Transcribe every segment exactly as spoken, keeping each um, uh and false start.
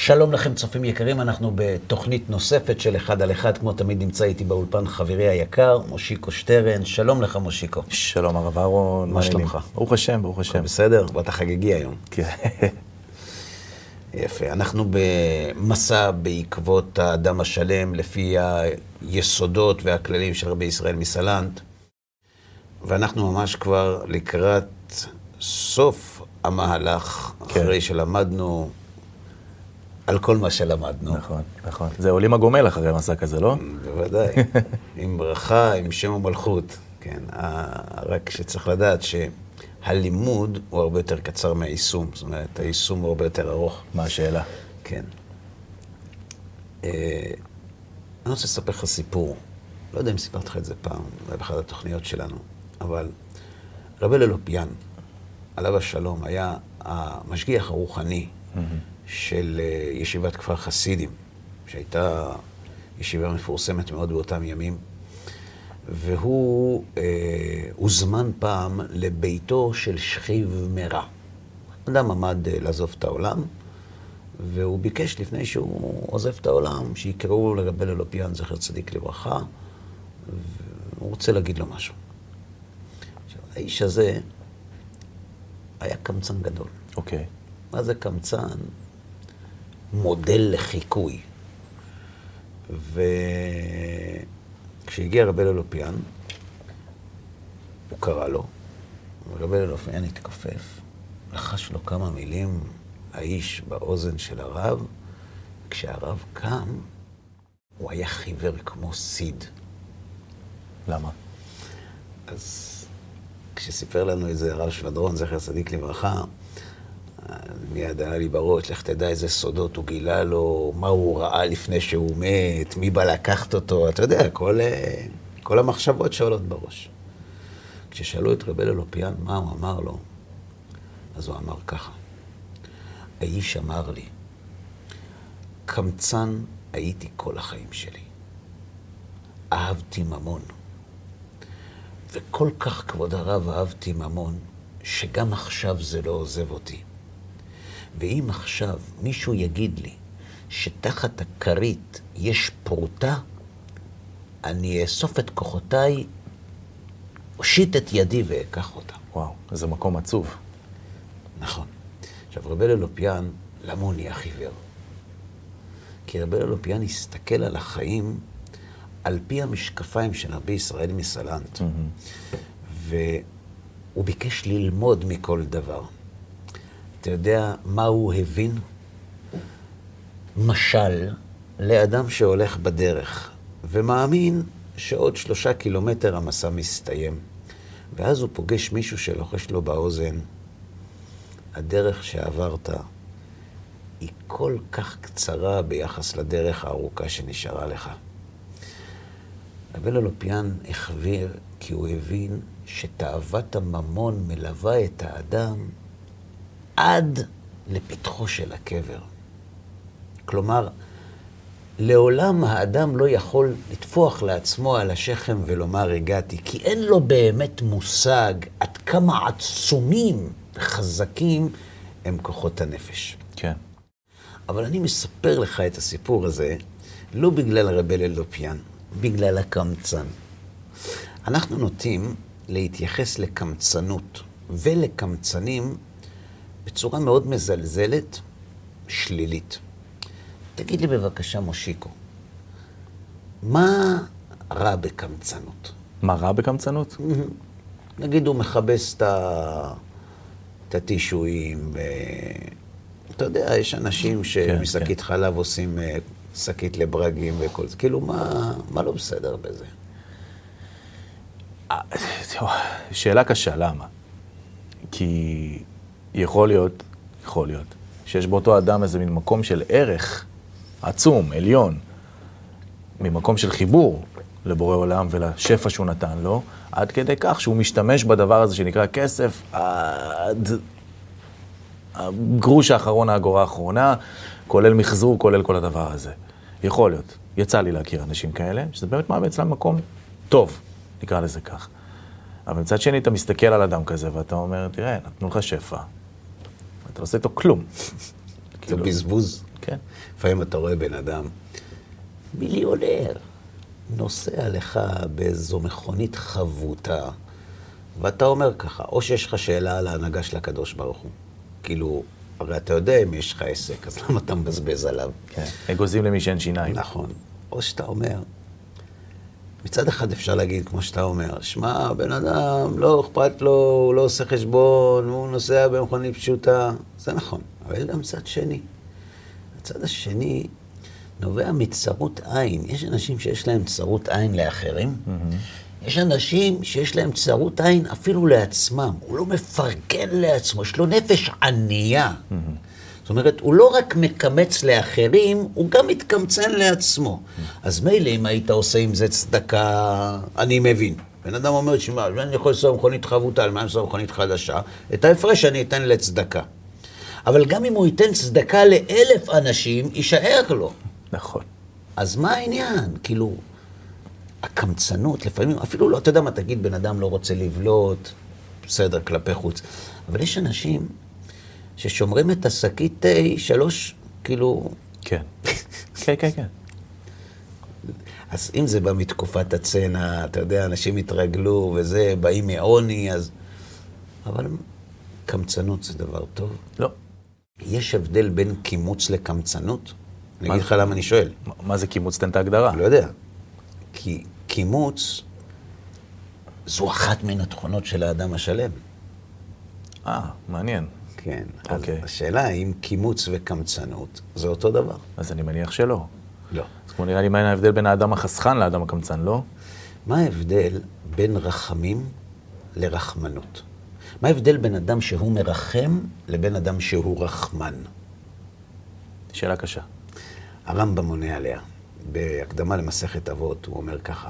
שלום לכם צופים יקרים, אנחנו בתוכנית נוספת של אחד על אחד, כמו תמיד נמצא איתי באולפן חברי היקר, מושיקו שטרן. שלום לך מושיקו. שלום הרב אהרון. מה שלומך? ברוך השם, ברוך השם. בסדר? ואתה חגיגי היום. כן. יפה. אנחנו במסע בעקבות האדם השלם, לפי היסודות והכללים של רבי ישראל מסלנט, ואנחנו ממש כבר לקראת סוף המהלך, כן. אחרי שלמדנו על כל מה שלמדנו. נכון, נכון. זה עולים הגומל אחרי מסע כזה, לא? בוודאי. עם ברכה, עם שם ומלכות. כן. רק שצריך לדעת שהלימוד הוא הרבה יותר קצר מהיישום. זאת אומרת, היישום הוא הרבה יותר ארוך. מה השאלה? כן. אני רוצה לספר לך סיפור. לא יודע אם סיפרתי לך את זה פעם, זה באחת התוכניות שלנו, אבל רבי אלופיאן, עליו השלום, היה המשגיח הרוחני של ישיבת כפר חסידים, שהייתה ישיבה מפורסמת מאוד באותם ימים, והוא אה, הוזמן פעם לביתו של שכיב מרע. אדם עמד אה, לעזוב את העולם, והוא ביקש לפני שהוא עוזב את העולם, שיקראו לרבי אלופיאן זכר צדיק לברכה, והוא רוצה להגיד לו משהו. עכשיו, האיש הזה היה קמצן גדול. אוקיי. Okay. מה זה קמצן? מודל לחיקוי. וכשהגיע רבי אלופיאן, הוא קרא לו, ורבי אלופיאן התכופף, לחש לו כמה מילים, האיש באוזן של הרב. כשהרב קם, הוא היה חיוור כמו סיד. למה? אז כשסיפר לנו איזה הרב שבדרון, זכר צדיק לברכה, מיד עלה לי בראש, לך תדע איזה סודות הוא גילה לו, מה הוא ראה לפני שהוא מת, מי בא לקחת אותו, אתה יודע, כל, כל המחשבות שעולות בראש. כששאלו את רבי אלופיאן מה הוא אמר לו, אז הוא אמר ככה, האיש אמר לי, קמצן הייתי כל החיים שלי, אהבתי ממון, וכל כך כבוד הרב אהבתי ממון, שגם עכשיו זה לא עוזב אותי. ואם עכשיו מישהו יגיד לי שתחת הכרית יש פרוטה, אני אאסוף את כוחותיי, אושיט את ידי ואקח אותה. וואו, איזה מקום עצוב. נכון. עכשיו, רבי אלופיאן, למה הוא נהיה חיוור? כי רבי אלופיאן הסתכל על החיים על פי המשקפיים של רבי ישראל מסלנט. Mm-hmm. והוא ביקש ללמוד מכל דבר. אתה יודע מה הוא הבין? משל לאדם שהולך בדרך ומאמין שעוד שלושה קילומטר המסע מסתיים. ואז הוא פוגש מישהו שלוחש לו באוזן, הדרך שעברת היא כל כך קצרה ביחס לדרך הארוכה שנשארה לך. רבי אלופיאן החביר כי הוא הבין שתאוות הממון מלווה את האדם עד לפתחו של הקבר. כלומר, לעולם האדם לא יכול לטפוח לעצמו על השכם ולומר הגעתי, כי אין לו באמת מושג עד כמה עצומים וחזקים הם כוחות הנפש. כן. אבל אני מספר לך את הסיפור הזה לא בגלל רבי אלופיאן, בגלל הקמצן. אנחנו נוטים להתייחס לקמצנות ולקמצנים בצורה מאוד מזלזלת, שלילית. תגיד לי בבקשה, מושיקו, מה רע בקמצנות? מה רע בקמצנות? נגיד הוא מכבס את הטישויים, ואתה יודע, יש אנשים שמסקית חלב עושים שקית לברגים וכל זה. כאילו, מה, מה לא בסדר בזה? שאלה קשה, למה? כי יכול להיות, יכול להיות, שיש באותו אדם איזה מין מקום של ערך עצום, עליון, ממקום של חיבור לבורא עולם ולשפע שהוא נתן לו, עד כדי כך שהוא משתמש בדבר הזה שנקרא כסף, עד הגרוש האחרון, האגורה האחרונה, כולל מחזור, כולל כל הדבר הזה. יכול להיות. יצא לי להכיר אנשים כאלה, שזה באמת מה אצלם מקום טוב, נקרא לזה כך. אבל מצד שני, אתה מסתכל על אדם כזה, ואתה אומר, תראה, נתנו לך שפע. אתה לא עושה איתו כלום. זה בזבוז. כן. לפעמים אתה רואה בן אדם, מיליונר, נוסע לך באיזו מכונית חבוטה, ואתה אומר ככה, או שיש לך שאלה על ההנהגה של הקדוש ברוך הוא. כאילו, הרי אתה יודע אם יש לך עסק, אז למה אתה מבזבז עליו? כן, אגוזים למי שאין שיניים. נכון. או שאתה אומר, מצד אחד אפשר להגיד, כמו שאתה אומר, שמע, בן אדם, לא אכפת לו, הוא לא עושה חשבון, הוא נוסע במכונית פשוטה. זה נכון, אבל גם צד שני. הצד השני נובע מצרות עין. יש אנשים שיש להם צרות עין לאחרים, mm-hmm. יש אנשים שיש להם צרות עין אפילו לעצמם. הוא לא מפרגן לעצמו, יש לו נפש ענייה. Mm-hmm. זאת אומרת, הוא לא רק מקמץ לאחרים, הוא גם מתקמצן לעצמו. Mm-hmm. אז מילא אם היית עושה עם זה צדקה, אני מבין. בן אדם אומר, שמה, אני יכול לנסוע מכונית חבוטה, על מה אני לנסוע מכונית חדשה, את ההפרש אני אתן לצדקה. אבל גם אם הוא ייתן צדקה לאלף אנשים, יישאר לו. נכון. אז מה העניין? כאילו, הקמצנות, לפעמים, אפילו לא, אתה יודע מה, תגיד, בן אדם לא רוצה לבלוט, בסדר, כלפי חוץ. אבל יש אנשים ששומרים את השקית תה שלוש, כאילו... כן. כן, כן, כן. אז אם זה בא מתקופת הצנע, אתה יודע, אנשים התרגלו וזה, באים מעוני, אז... אבל קמצנות זה דבר טוב. לא. יש הבדל בין קימוץ לקמצנות? אני אגיד לך למה אני שואל. מה זה קימוץ? תן את ההגדרה. לא יודע. כי קימוץ זו אחת מן התכונות של האדם השלם. אה, מעניין. כן. אוקיי. אז השאלה האם קימוץ וקמצנות זה אותו דבר. אז אני מניח שלא. לא. אז כמו נראה לי מה ההבדל בין האדם החסכן לאדם הקמצן, לא? מה ההבדל בין רחמים לרחמנות? מה ההבדל בין אדם שהוא מרחם לבין אדם שהוא רחמן? שאלה קשה. הרמב"ם עונה עליה. בהקדמה למסכת אבות הוא אומר ככה.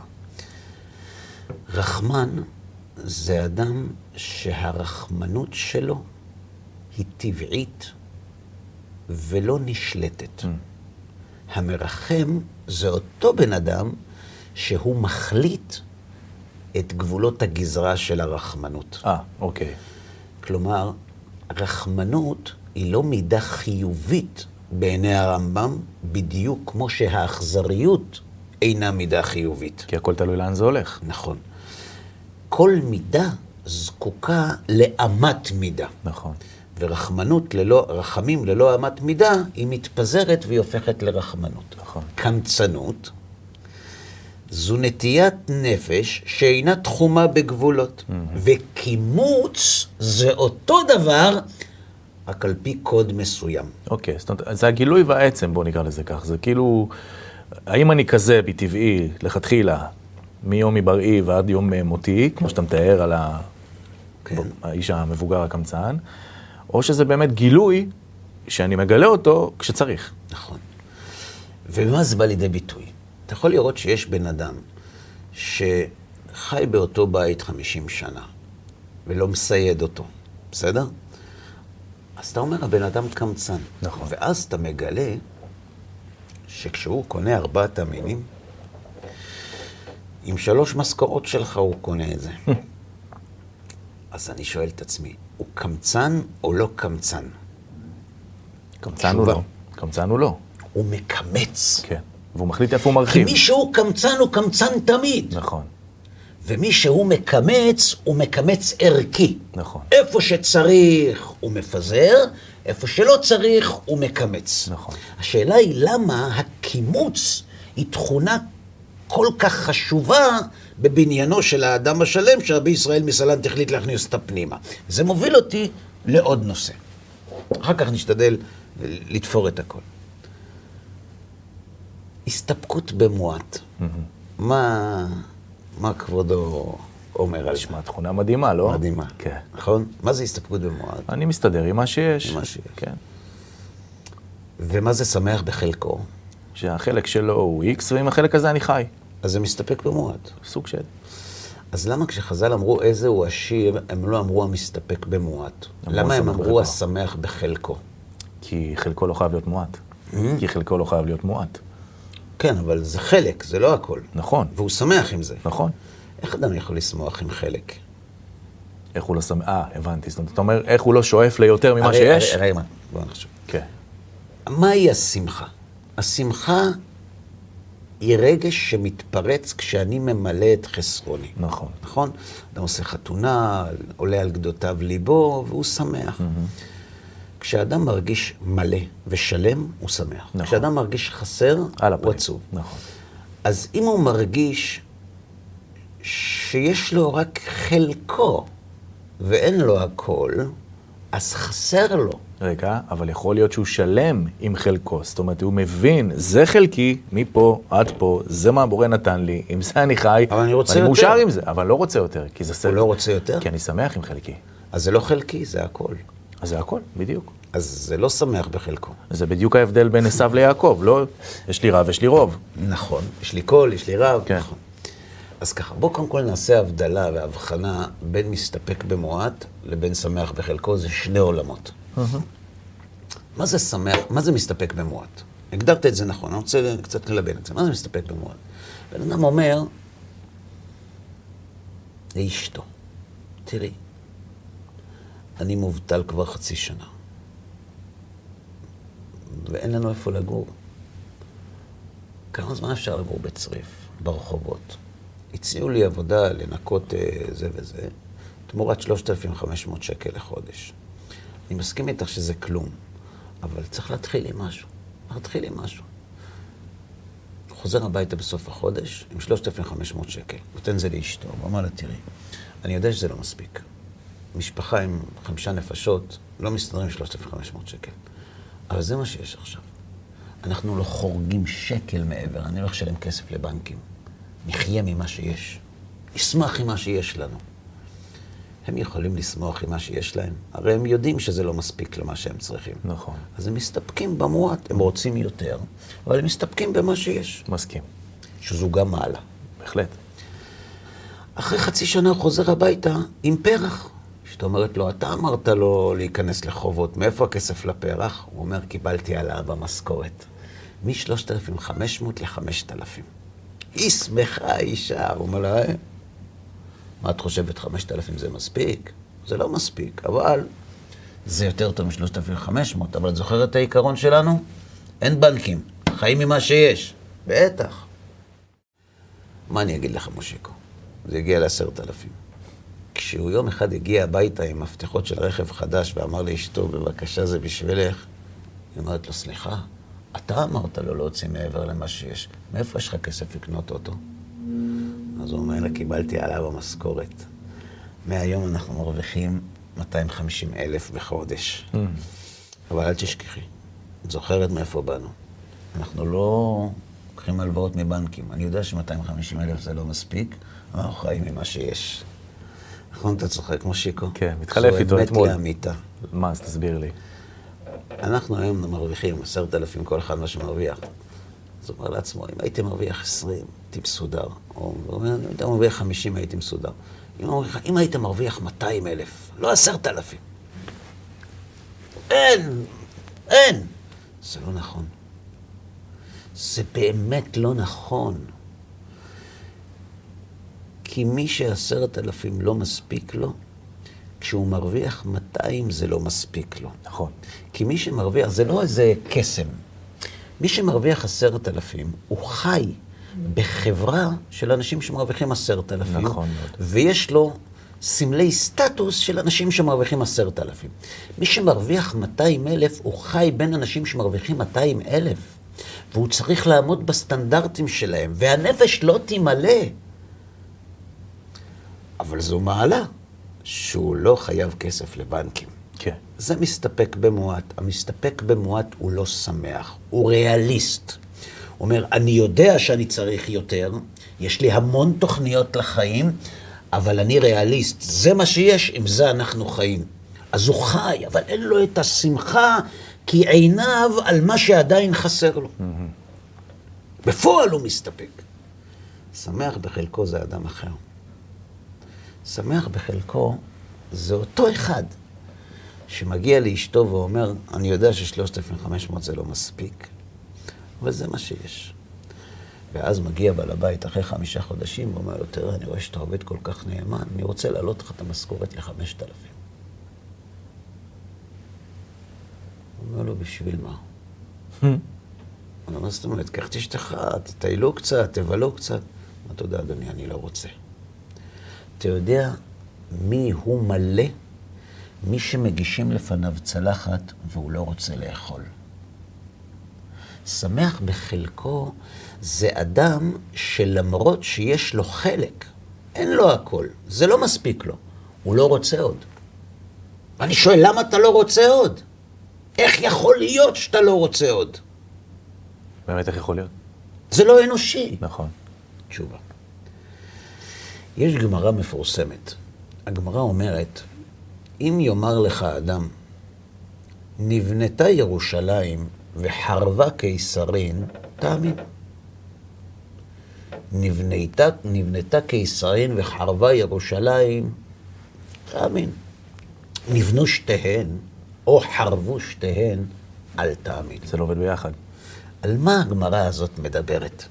רחמן זה אדם שהרחמנות שלו היא טבעית ולא נשלטת. Mm. המרחם זה אותו בן אדם שהוא מחליט את גבולות הגזרה של הרחמנות. אה, אוקיי. כלומר, רחמנות היא לא מידה חיובית בעיני הרמב"ם, בדיוק כמו שהאכזריות אינה מידה חיובית. כי הכל תלוי לאן זה הולך. נכון. כל מידה זקוקה לאמת מידה. נכון. ורחמנות ללא, רחמים ללא אמת מידה, היא מתפזרת והיא הופכת לרחמנות. נכון. קמצנות זו נטיית נפש שאינה תחומה בגבולות. Mm-hmm. וקימוץ זה אותו דבר, רק על פי קוד מסוים. אוקיי, זאת אומרת, זה הגילוי והעצם, בוא נקרא לזה כך. זה כאילו, האם אני כזה בטבעי, לכתחילה, מיום מבראי ועד יום מותי, כמו שאתה מתאר על ה... כן. האיש המבוגר הקמצן, או שזה באמת גילוי שאני מגלה אותו כשצריך. נכון. ומה זה בא לידי ביטוי? אתה יכול לראות שיש בן אדם שחי באותו בית חמישים שנה, ולא מסייד אותו, בסדר? אז אתה אומר, הבן אדם קמצן. נכון. ואז אתה מגלה שכשהוא קונה ארבעת המינים, עם שלוש משכורות שלך הוא קונה את זה. אז אני שואל את עצמי, הוא קמצן או לא קמצן? קמצן הוא לא. קמצן הוא לא. הוא מקמץ. כן. והוא מחליט איפה הוא מרחיב. כי מי שהוא קמצן הוא קמצן תמיד. נכון. ומי שהוא מקמץ, הוא מקמץ ערכי. נכון. איפה שצריך הוא מפזר, איפה שלא צריך הוא מקמץ. נכון. השאלה היא למה הקימוץ היא תכונה כל כך חשובה בבניינו של האדם השלם, שרבי ישראל מסלנט החליט להכניס את הפנימה. זה מוביל אותי לעוד נושא. אחר כך נשתדל לתפור את הכל. הסתפקות במועט. Mm-hmm. מה, מה כבודו אומר על זה? נשמע תכונה מדהימה, לא? מדהימה. כן. נכון? מה זה הסתפקות במועט? אני מסתדר עם מה שיש. עם מה שיש. כן. ומה זה שמח בחלקו? שהחלק שלו הוא X, ועם החלק הזה אני חי. אז זה מסתפק במועט. סוג של. אז למה כשחז"ל אמרו איזה הוא עשיר, הם לא אמרו המסתפק במועט? למה הם אמרו השמח בחלקו? כי חלקו לא חייב להיות מועט. כי חלקו לא חייב להיות מועט. כן, אבל זה חלק, זה לא הכל. נכון. והוא שמח עם זה. נכון. איך אדם יכול לשמוח עם חלק? איך הוא לא שמח? אה, הבנתי. זאת אומרת, אתה אומר, איך הוא לא שואף ליותר ממה שיש? הרי, הרי, בוא נחשוב. כן. מהי השמחה? השמחה היא רגש שמתפרץ כשאני ממלא את חסרוני. נכון. נכון? אדם עושה חתונה, עולה על גדותיו ליבו, והוא שמח. Mm-hmm. כשאדם מרגיש מלא ושלם, הוא שמח. נכון. כשאדם מרגיש חסר, הוא עצוב. נכון. אז אם הוא מרגיש שיש לו רק חלקו ואין לו הכל, אז חסר לו. רגע, אבל יכול להיות שהוא שלם עם חלקו. זאת אומרת, הוא מבין, זה חלקי, מפה עד פה, זה מה הבורא נתן לי, עם זה אני חי. אבל אני רוצה יותר. אני מאושר עם זה, אבל לא רוצה יותר. כי זה הוא לא רוצה יותר? כי אני שמח עם חלקי. אז זה לא חלקי, זה הכל. אז זה הכל, בדיוק. אז זה לא שמח בחלקו. זה בדיוק ההבדל בין עשיו ליעקב, לא? יש לי רב, יש לי רוב. נכון. יש לי קול, יש לי רב. כן. נכון. אז ככה, בואו קודם כל נעשה הבדלה והבחנה בין מסתפק במועט לבין שמח בחלקו, זה שני עולמות. מה זה שמח, מה זה מסתפק במועט? הגדרת את זה נכון, אני רוצה קצת ללבן את זה. מה זה מסתפק במועט? בן אדם אומר לאשתו, תראי, אני מובטל כבר חצי שנה, ואין לנו איפה לגור. כמה זמן אפשר לגור בצריף, ברחובות? הציעו לי עבודה לנקות זה וזה, תמורת שלושת אלפים וחמש מאות שקל לחודש. אני מסכים איתך שזה כלום, אבל צריך להתחיל עם משהו. להתחיל עם משהו. חוזר הביתה בסוף החודש עם שלושת אלפים וחמש מאות שקל. נותן זה לאשתו, הוא אמר לה, תראי, אני יודע שזה לא מספיק. משפחה עם חמישה נפשות לא מסתדרים עם שלושת אלפים וחמש מאות שקל. אבל זה מה שיש עכשיו. אנחנו לא חורגים שקל מעבר, אני לא אשלם כסף לבנקים. נחיה ממה שיש. נשמח עם מה שיש לנו. הם יכולים לשמוח עם מה שיש להם. הרי הם יודעים שזה לא מספיק למה שהם צריכים. נכון. אז הם מסתפקים במועט, הם רוצים יותר, אבל הם מסתפקים במה שיש. מסכים. שזו גם מעלה. בהחלט. אחרי חצי שנה הוא חוזר הביתה עם פרח. שאתה אומרת לו, אתה אמרת לו להיכנס לחובות, מאיפה הכסף לפרח? הוא אומר, קיבלתי עליו במשכורת. מ-שלושת אלפים וחמש מאות ל-חמשת אלפים. היא שמחה, אישה. הוא אומר לה, אה, מה את חושבת, חמשת אלפים זה מספיק? זה לא מספיק, אבל זה יותר טוב מ-שלושת אלפים וחמש מאות, אבל את זוכרת את העיקרון שלנו? אין בנקים, חיים ממה שיש. בטח. מה אני אגיד לך, מושיקו? זה הגיע לעשרת אלפים. כשהוא יום אחד הגיע הביתה עם מפתחות של רכב חדש ואמר לאשתו, בבקשה זה בשבילך, היא אומרת לו, סליחה, אתה אמרת לו להוציא מעבר למה שיש. מאיפה יש לך כסף לקנות אותו? אז הוא אומר לה, קיבלתי עליו המשכורת. מהיום אנחנו מרוויחים מאתיים וחמישים אלף בחודש. Mm. אבל אל תשכחי, את זוכרת מאיפה באנו. אנחנו לא לוקחים הלוואות מבנקים. אני יודע ש-מאתיים וחמישים אלף זה לא מספיק, אבל אנחנו חיים ממה שיש. נכון, אתה צוחק, מושיקו? כן, מתחלף איתו אתמול. זו אמת לאמיתה. מה, אז תסביר לי. אנחנו היום מרוויחים עשרת אלפים כל אחד מה שמרוויח. אז הוא אומר לעצמו, אם הייתי מרוויח עשרים, הייתי מסודר. או אם הייתי מרוויח חמישים, הייתי מסודר. אם, אם היית מרוויח מאתיים אלף, לא עשרת אלפים. אין, אין. זה לא נכון. זה באמת לא נכון. כי מי שעשרת אלפים לא מספיק לו, כשהוא מרוויח מאתיים זה לא מספיק לו. נכון. כי מי שמרוויח, זה לא איזה קסם. מי שמרוויח עשרת אלפים, הוא חי בחברה של אנשים שמרוויחים עשרת אלפים. נכון מאוד. ויש לו סמלי סטטוס של אנשים שמרוויחים עשרת אלפים. מי שמרוויח מאתיים אלף, הוא חי בין אנשים שמרוויחים מאתיים אלף. והוא צריך לעמוד בסטנדרטים שלהם, והנפש לא תמלא. אבל זו מעלה שהוא לא חייב כסף לבנקים. כן. זה מסתפק במועט. המסתפק במועט הוא לא שמח, הוא ריאליסט. הוא אומר, אני יודע שאני צריך יותר, יש לי המון תוכניות לחיים, אבל אני ריאליסט. זה מה שיש, עם זה אנחנו חיים. אז הוא חי, אבל אין לו את השמחה, כי עיניו על מה שעדיין חסר לו. Mm-hmm. בפועל הוא מסתפק. שמח בחלקו זה אדם אחר. שמח בחלקו זה אותו אחד שמגיע לאשתו ואומר, אני יודע ש-שלושת אלפים וחמש מאות זה לא מספיק, אבל זה מה שיש. ואז מגיע בעל הבית אחרי חמישה חודשים ואומר לו, תראה, אני רואה שאתה עובד כל כך נאמן, אני רוצה להעלות לך את המשכורת ל-חמשת אלפים. הוא אומר לו, בשביל מה? מה זאת אומרת? קח את אשתך, תטיילו קצת, תבלו קצת. אתה יודע, אדוני, אני לא רוצה. אתה יודע מי הוא מלא? מי שמגישים לפניו צלחת והוא לא רוצה לאכול. שמח בחלקו זה אדם שלמרות שיש לו חלק, אין לו הכל, זה לא מספיק לו, הוא לא רוצה עוד. ואני שואל, למה אתה לא רוצה עוד? איך יכול להיות שאתה לא רוצה עוד? באמת איך יכול להיות? זה לא אנושי. נכון. תשובה. יש גמרא מפורסמת. הגמרא אומרת, אם יאמר לך אדם, נבנתה ירושלים וחרבה קיסרין, תאמין. נבנתה, נבנתה קיסרין וחרבה ירושלים, תאמין. נבנו שתיהן, או חרבו שתיהן, אל תאמין. זה לא עובד ביחד. על מה הגמרא הזאת מדברת?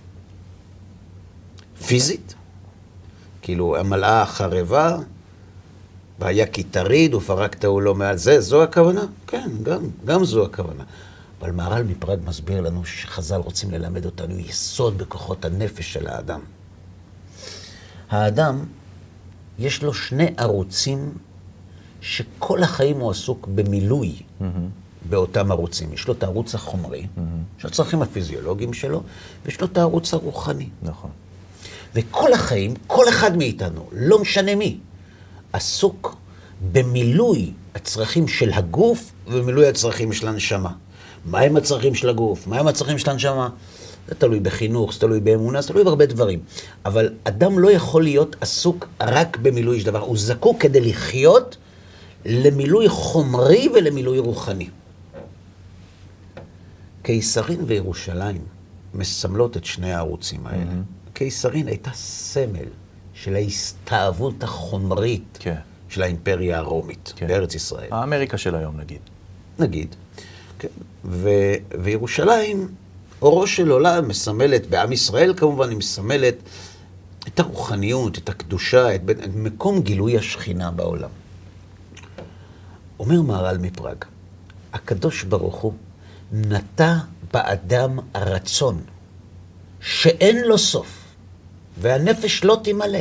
פיזית? כאילו, המלאה חרבה, והיה כי תריד ופרקתהו לו מעל זה, זו הכוונה? כן, גם, גם זו הכוונה. אבל מהר"ל מפראג מסביר לנו שחז"ל רוצים ללמד אותנו יסוד בכוחות הנפש של האדם. האדם, יש לו שני ערוצים שכל החיים הוא עסוק במילוי mm-hmm. באותם ערוצים. יש לו את הערוץ החומרי, mm-hmm. שהצרכים הפיזיולוגיים שלו, ויש לו את הערוץ הרוחני. נכון. וכל החיים, כל אחד מאיתנו, לא משנה מי, עסוק במילוי הצרכים של הגוף ומילוי הצרכים של הנשמה. מה הם הצרכים של הגוף? מה הם הצרכים של הנשמה? זה תלוי בחינוך, זה תלוי באמונה, זה תלוי בהרבה דברים. אבל אדם לא יכול להיות עסוק רק במילוי של דבר. הוא זקוק כדי לחיות למילוי חומרי ולמילוי רוחני. קיסרין וירושלים מסמלות את שני הערוצים האלה. Mm-hmm. קיסרין הייתה סמל של ההסתאבות החומרית כן. של האימפריה הרומית כן. בארץ ישראל. האמריקה של היום נגיד. נגיד. כן. ו- וירושלים, אורו של עולם מסמלת, בעם ישראל כמובן היא מסמלת את הרוחניות, את הקדושה, את, את מקום גילוי השכינה בעולם. אומר מהר"ל מפראג, הקדוש ברוך הוא נטע באדם רצון שאין לו סוף, והנפש לא תמלא.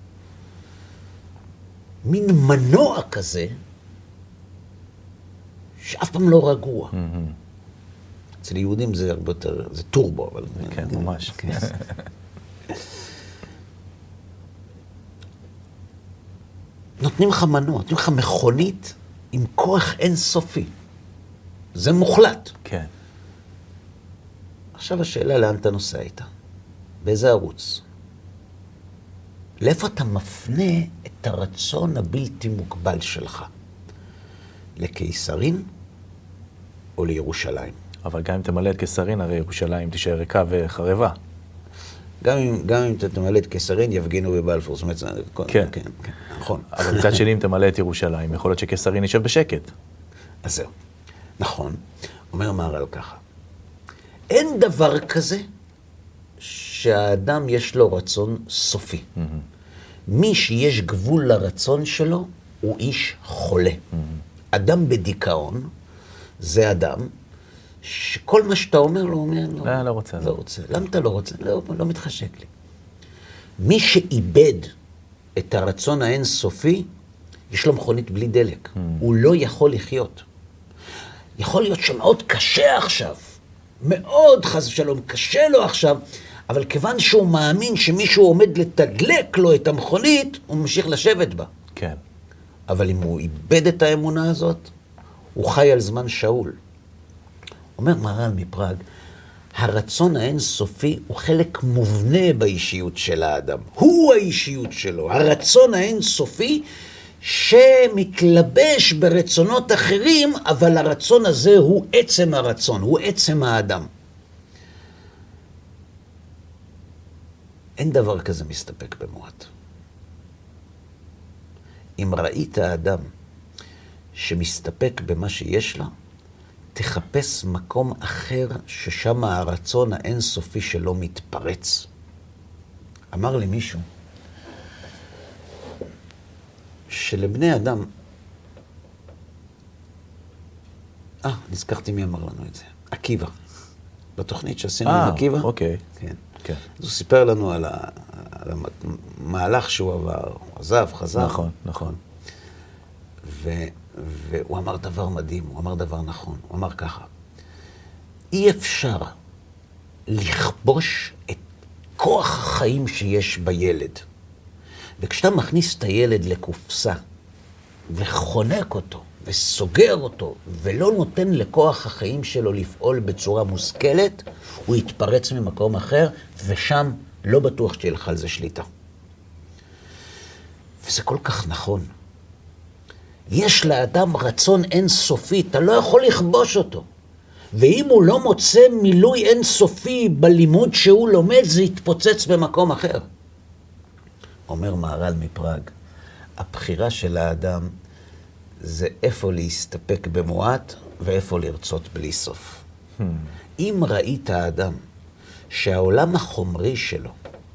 מין מנוע כזה, שאף פעם לא רגוע. Mm-hmm. אצל יהודים זה הרבה יותר, זה טורבו, אבל... כן, ממש. נותנים לך מנוע, נותנים לך מכונית עם כוח אינסופי. זה מוחלט. כן. עכשיו השאלה, לאן אתה נוסע איתה? באיזה ערוץ? לאיפה אתה מפנה את הרצון הבלתי מוגבל שלך? לקיסרין או לירושלים? אבל גם אם תמלא את קיסרין, הרי ירושלים תישאר ריקה וחרבה. גם אם, גם אם תמלא את קיסרין, יפגינו בבלפור. זאת אומרת, כן. כן, כן, נכון. אבל מצד שני, אם תמלא את ירושלים, יכול להיות שקיסרין יישב בשקט. אז זהו. נכון. אומר מהר"ל ככה. אין דבר כזה שהאדם יש לו רצון סופי. Mm-hmm. מי שיש גבול לרצון שלו, הוא איש חולה. Mm-hmm. אדם בדיכאון, זה אדם שכל מה שאתה אומר לו, אומר לו, לא, לא רוצה. לא רוצה. למה אתה לא רוצה? לא, לא מתחשק לי. מי שאיבד את הרצון האינסופי, יש לו מכונית בלי דלק. Mm-hmm. הוא לא יכול לחיות. יכול להיות שמאוד קשה עכשיו, מאוד חס ושלום קשה לו עכשיו, אבל כיוון שהוא מאמין שמישהו עומד לתדלק לו את המכונית, הוא ממשיך לשבת בה. כן. אבל אם הוא איבד את האמונה הזאת, הוא חי על זמן שאול. אומר מהר"ל מפראג, הרצון האינסופי הוא חלק מובנה באישיות של האדם. הוא האישיות שלו, הרצון האינסופי שמתלבש ברצונות אחרים, אבל הרצון הזה הוא עצם הרצון, הוא עצם האדם. אין דבר כזה מסתפק במועט. אם ראית האדם שמסתפק במה שיש לה, תחפש מקום אחר ששם הרצון האינסופי שלו מתפרץ. אמר לי מישהו, שלבני אדם, אה, נזכרתי מי אמר לנו את זה, עקיבא. בתוכנית שעשינו עם עקיבא. אוקיי. כן. כן. אז הוא סיפר לנו על, ה, על המהלך שהוא עבר, הוא עזב, חזר. נכון, נכון. ו, והוא אמר דבר מדהים, הוא אמר דבר נכון, הוא אמר ככה, אי אפשר לכבוש את כוח החיים שיש בילד. וכשאתה מכניס את הילד לקופסה, וחונק אותו, וסוגר אותו, ולא נותן לכוח החיים שלו לפעול בצורה מושכלת, הוא יתפרץ ממקום אחר, ושם לא בטוח שתהיה לך על זה שליטה. וזה כל כך נכון. יש לאדם רצון אינסופי, אתה לא יכול לכבוש אותו. ואם הוא לא מוצא מילוי אינסופי בלימוד שהוא לומד, זה יתפוצץ במקום אחר. אומר מהר"ל מפראג, הבחירה של האדם זה איפה להסתפק במועט ואיפה לרצות בלי סוף. Hmm. אם ראית האדם שהעולם החומרי שלו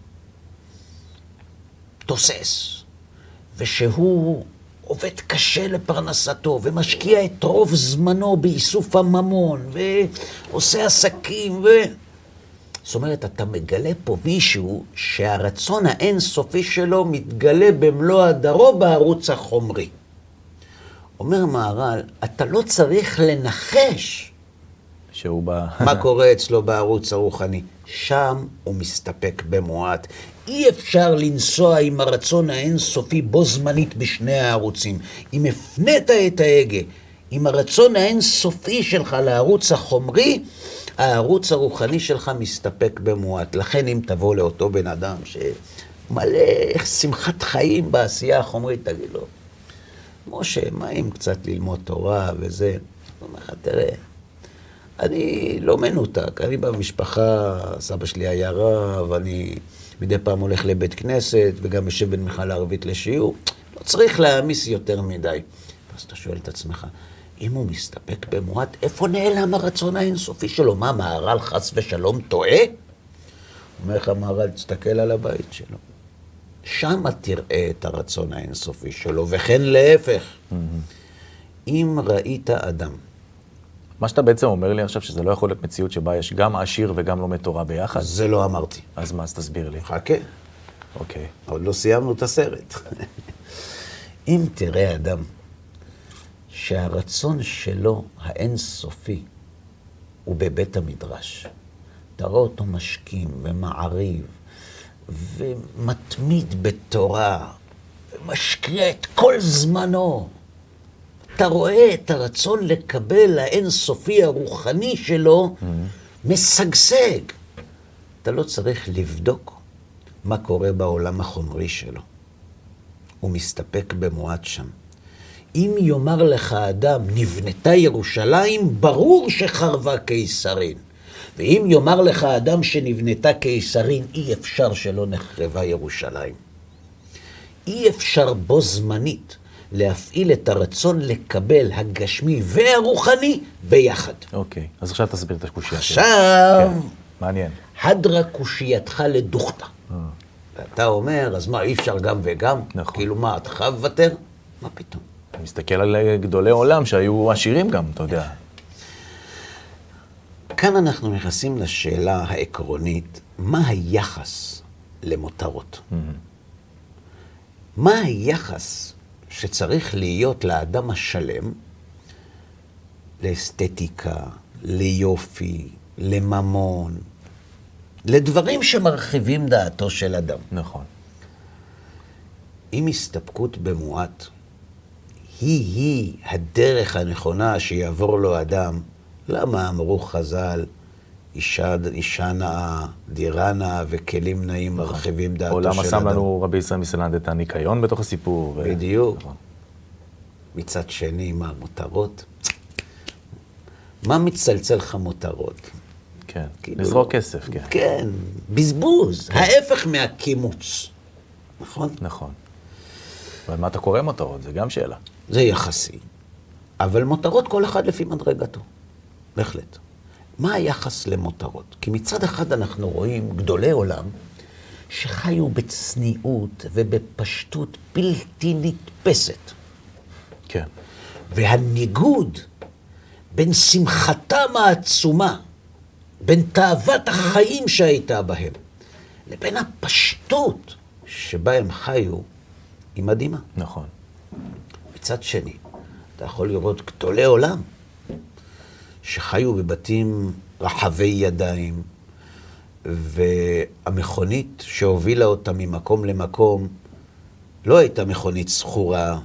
תוסס, ושהוא עובד קשה לפרנסתו, ומשקיע את רוב זמנו באיסוף הממון, ועושה עסקים, ו... זאת אומרת, אתה מגלה פה מישהו שהרצון האינסופי שלו מתגלה במלוא הדרו בערוץ החומרי. אומר מהר"ל, אתה לא צריך לנחש שהוא בא... מה קורה אצלו בערוץ הרוחני. שם הוא מסתפק במועט. אי אפשר לנסוע עם הרצון האינסופי בו זמנית בשני הערוצים. אם הפנית את ההגה עם הרצון האינסופי שלך לערוץ החומרי, הערוץ הרוחני שלך מסתפק במועט. לכן אם תבוא לאותו בן אדם שמלא שמחת חיים בעשייה החומרית, תגיד לו, משה, מה אם קצת ללמוד תורה וזה? הוא אומר לך, תראה, אני לא מנותק, אני במשפחה, סבא שלי היה רב, אני מדי פעם הולך לבית כנסת, וגם יושב בין מיכל הערבית לשיעור, לא צריך להעמיס יותר מדי. אז אתה שואל את עצמך, אם הוא מסתפק במועט, איפה נעלם הרצון האינסופי שלו? מה, מהר"ל חס ושלום טועה? אומר לך מהר"ל, תסתכל על הבית שלו. שם תראה את הרצון האינסופי שלו, וכן להפך. Mm-hmm. אם ראית אדם, מה שאתה בעצם אומר לי עכשיו, שזה לא יכול להיות מציאות שבה יש גם עשיר וגם לומד תורה ביחד? זה לא אמרתי. אז מה, אז תסביר לי. חכה. אוקיי. עוד לא סיימנו את הסרט. אם תראה אדם שהרצון שלו האינסופי הוא בבית המדרש, תראה אותו משכים ומעריב ומתמיד בתורה ומשקיע את כל זמנו, אתה רואה את הרצון לקבל האינסופי הרוחני שלו mm-hmm. משגשג. אתה לא צריך לבדוק מה קורה בעולם החומרי שלו. הוא מסתפק במועט שם. אם יאמר לך אדם, נבנתה ירושלים, ברור שחרבה קיסרין. ואם יאמר לך אדם שנבנתה קיסרין, אי אפשר שלא נחרבה ירושלים. אי אפשר בו זמנית להפעיל את הרצון לקבל הגשמי והרוחני ביחד. אוקיי, אז עכשיו תסביר את הקושיה. עכשיו, כן, מעניין. הדרה קושייתך לדוכתא. ואתה אומר, אז מה, אי אפשר גם וגם? נכון. כאילו מה, אתה חייב לוותר? מה פתאום? אני מסתכל על גדולי עולם שהיו עשירים גם, אתה יודע. כאן אנחנו נכנסים לשאלה העקרונית, מה היחס למותרות? Mm-hmm. מה היחס שצריך להיות לאדם השלם, לאסתטיקה, ליופי, לממון, לדברים שמרחיבים דעתו של אדם. נכון. אם הסתפקות במועט, היא-היא הדרך הנכונה שיעבור לו אדם, למה אמרו חז"ל, אישה, אישה נאה, דירה נאה וכלים נאים נכון. מרחיבים דעתו של אדם. או למה שם לנו רבי ישראל מסלנט את הניקיון בתוך הסיפור. בדיוק. ו... נכון. מצד שני, מה, מותרות? מה מצלצל לך מותרות? כן, כאילו, לזרוק כסף, כן. כן, בזבוז, כן. ההפך מהקימוץ. נכון? נכון. אבל מה אתה קורא מותרות? זה גם שאלה. זה יחסי. אבל מותרות כל אחד לפי מדרגתו. בהחלט. מה היחס למותרות? כי מצד אחד אנחנו רואים גדולי עולם שחיו בצניעות ובפשטות בלתי נתפסת. כן. והניגוד בין שמחתם העצומה בין תאוות החיים שהייתה בהם, לבין הפשטות שבה הם חיו, היא מדהימה. נכון. מצד שני, אתה יכול לראות גדולי עולם, שחיו בבתים רחבי ידיים, והמכונית שהובילה אותה ממקום למקום, לא הייתה מכונית סחורה.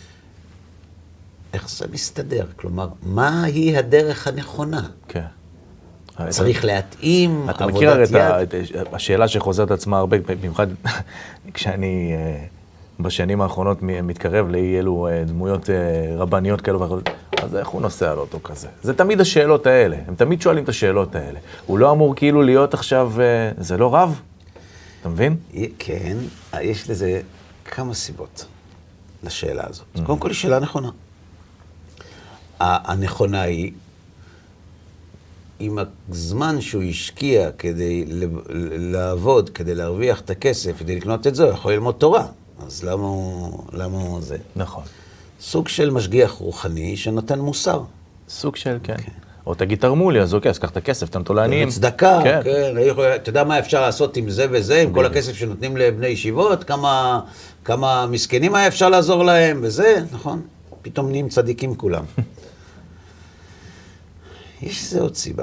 איך זה מסתדר? כלומר, מהי הדרך הנכונה? כן. צריך להתאים, אתה עבודת מכיר הרי יד. את השאלה שחוזרת עצמה הרבה, במיוחד כשאני בשנים האחרונות מתקרב לאי אלו דמויות רבניות כאלו ואחרות, אז איך הוא נוסע על אוטו כזה? זה תמיד השאלות האלה, הם תמיד שואלים את השאלות האלה. הוא לא אמור כאילו להיות עכשיו, זה לא רב? אתה מבין? כן, יש לזה כמה סיבות לשאלה הזאת. קודם כל, היא שאלה נכונה. הנכונה היא, עם הזמן שהוא השקיע כדי לעבוד, כדי להרוויח את הכסף, כדי לקנות את זה, הוא יכול ללמוד תורה. אז למה הוא, למה הוא זה? נכון. סוג של משגיח רוחני שנותן מוסר. סוג של, כן. או תגיד, תרמו לי, אז אוקיי, אז קח את הכסף, תן אותו לעניים. צדקה, כן. אתה יודע מה אפשר לעשות עם זה וזה, עם כל הכסף שנותנים לבני ישיבות, כמה, כמה מסכנים היה אפשר לעזור להם, וזה, נכון? פתאום נהיים צדיקים כולם. יש איזה עוד סיבה.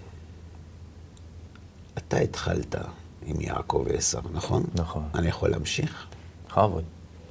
אתה התחלת עם יעקב ועשיו, נכון? נכון. אני יכול להמשיך? חבוד.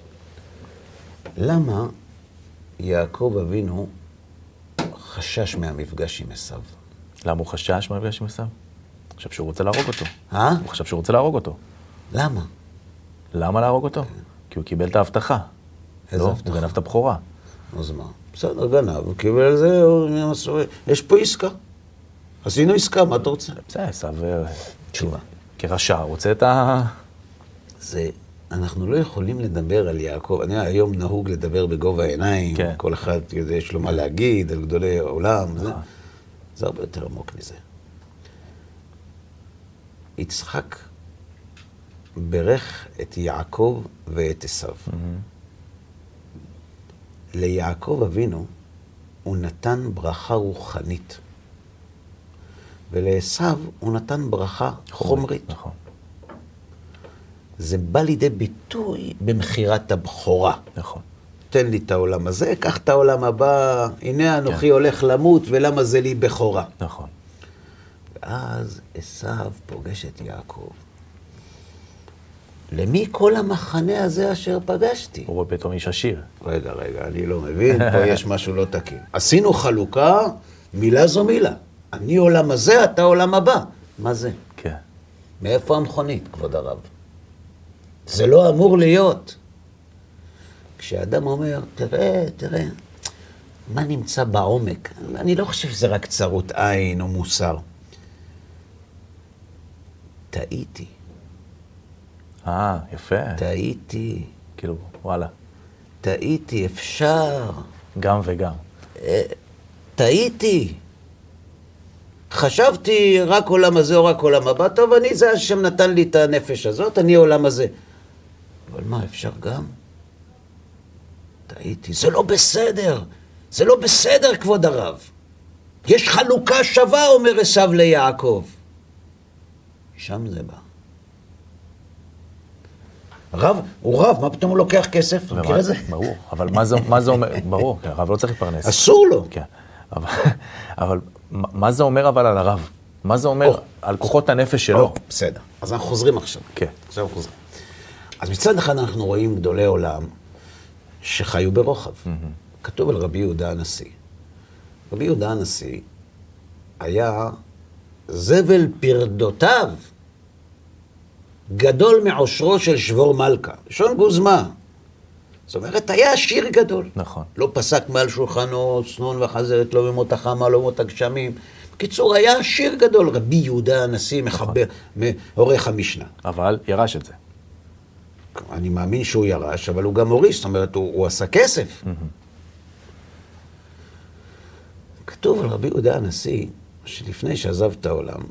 למה יעקב אבינו חשש מהמפגש עם עשיו? למה הוא חשש מהמפגש עם עשיו? הוא חשב שהוא רוצה להרוג אותו. אה? הוא חשב שהוא רוצה להרוג אותו. למה? למה להרוג אותו? כי הוא קיבל את ההבטחה. איזה לא, הבטחה? הוא גנב את הבכורה. אז מה? בסדר, גנב, הוא קיבל על זה, יש פה עסקה. עשינו עסקה, מה אתה רוצה? בסדר, עשיו תשובה. כרשע, רוצה את ה... זה, אנחנו לא יכולים לדבר על יעקב. אני היום נהוג לדבר בגובה העיניים, כן. כל אחד יודע, יש לו מה להגיד על גדולי העולם. זה, זה הרבה יותר עמוק מזה. יצחק ברך את יעקב ואת עשיו. ליעקב אבינו הוא נתן ברכה רוחנית, ולעשיו הוא נתן ברכה חומרית. נכון. זה בא לידי ביטוי במחירת הבכורה. נכון. תן לי את העולם הזה, קח את העולם הבא, הנה אנוכי כן. הולך למות, ולמה זה לי בכורה. נכון. ואז עשיו פוגש את יעקב. למי כל המחנה הזה אשר פגשתי? הוא רואה פתאום איש עשיר. רגע, רגע, אני לא מבין, פה יש משהו לא תקין. עשינו חלוקה, מילה זו מילה. אני עולם הזה, אתה עולם הבא. מה זה? כן. מאיפה המכונית, כבוד הרב? זה לא אמור להיות. כשאדם אומר, תראה, תראה, מה נמצא בעומק? אני לא חושב שזה רק צרות עין או מוסר. טעיתי. אה, יפה. טעיתי. כאילו, וואלה. טעיתי, אפשר. גם וגם. טעיתי. חשבתי רק עולם הזה או רק עולם הבא, טוב, אני זה השם נתן לי את הנפש הזאת, אני עולם הזה. אבל מה, אפשר גם? טעיתי. זה לא בסדר. זה לא בסדר, כבוד הרב. יש חלוקה שווה, אומר עשיו ליעקב. שם זה בא. רב, הוא רב, מה פתאום הוא לוקח כסף? מכיר את זה? ברור, אבל מה זה, מה זה אומר? ברור, הרב לא צריך להתפרנס. אסור לו. כן, אבל, אבל מה זה אומר אבל על הרב? מה זה אומר או, על כוחות הנפש שלו? או, בסדר, אז אנחנו חוזרים עכשיו. כן. עכשיו אנחנו חוזרים. אז מצד אחד אנחנו רואים גדולי עולם שחיו ברוחב. Mm-hmm. כתוב על רבי יהודה הנשיא. רבי יהודה הנשיא היה זבל פרדותיו גדול מעושרו של שבור מלכה. שון גוזמה. זאת אומרת, היה עשיר גדול. נכון. לא פסק מעל שולחנו, צנון וחזרת, לא ממות החמה, לא ממות הגשמים. בקיצור, היה עשיר גדול. רבי יהודה הנשיא מחבר, מעורך המשנה. אבל ירש את זה. אני מאמין שהוא ירש, אבל הוא גם הוריש, זאת אומרת, הוא, הוא עשה כסף. Mm-hmm. כתוב על רבי יהודה הנשיא, שלפני שעזב את העולם,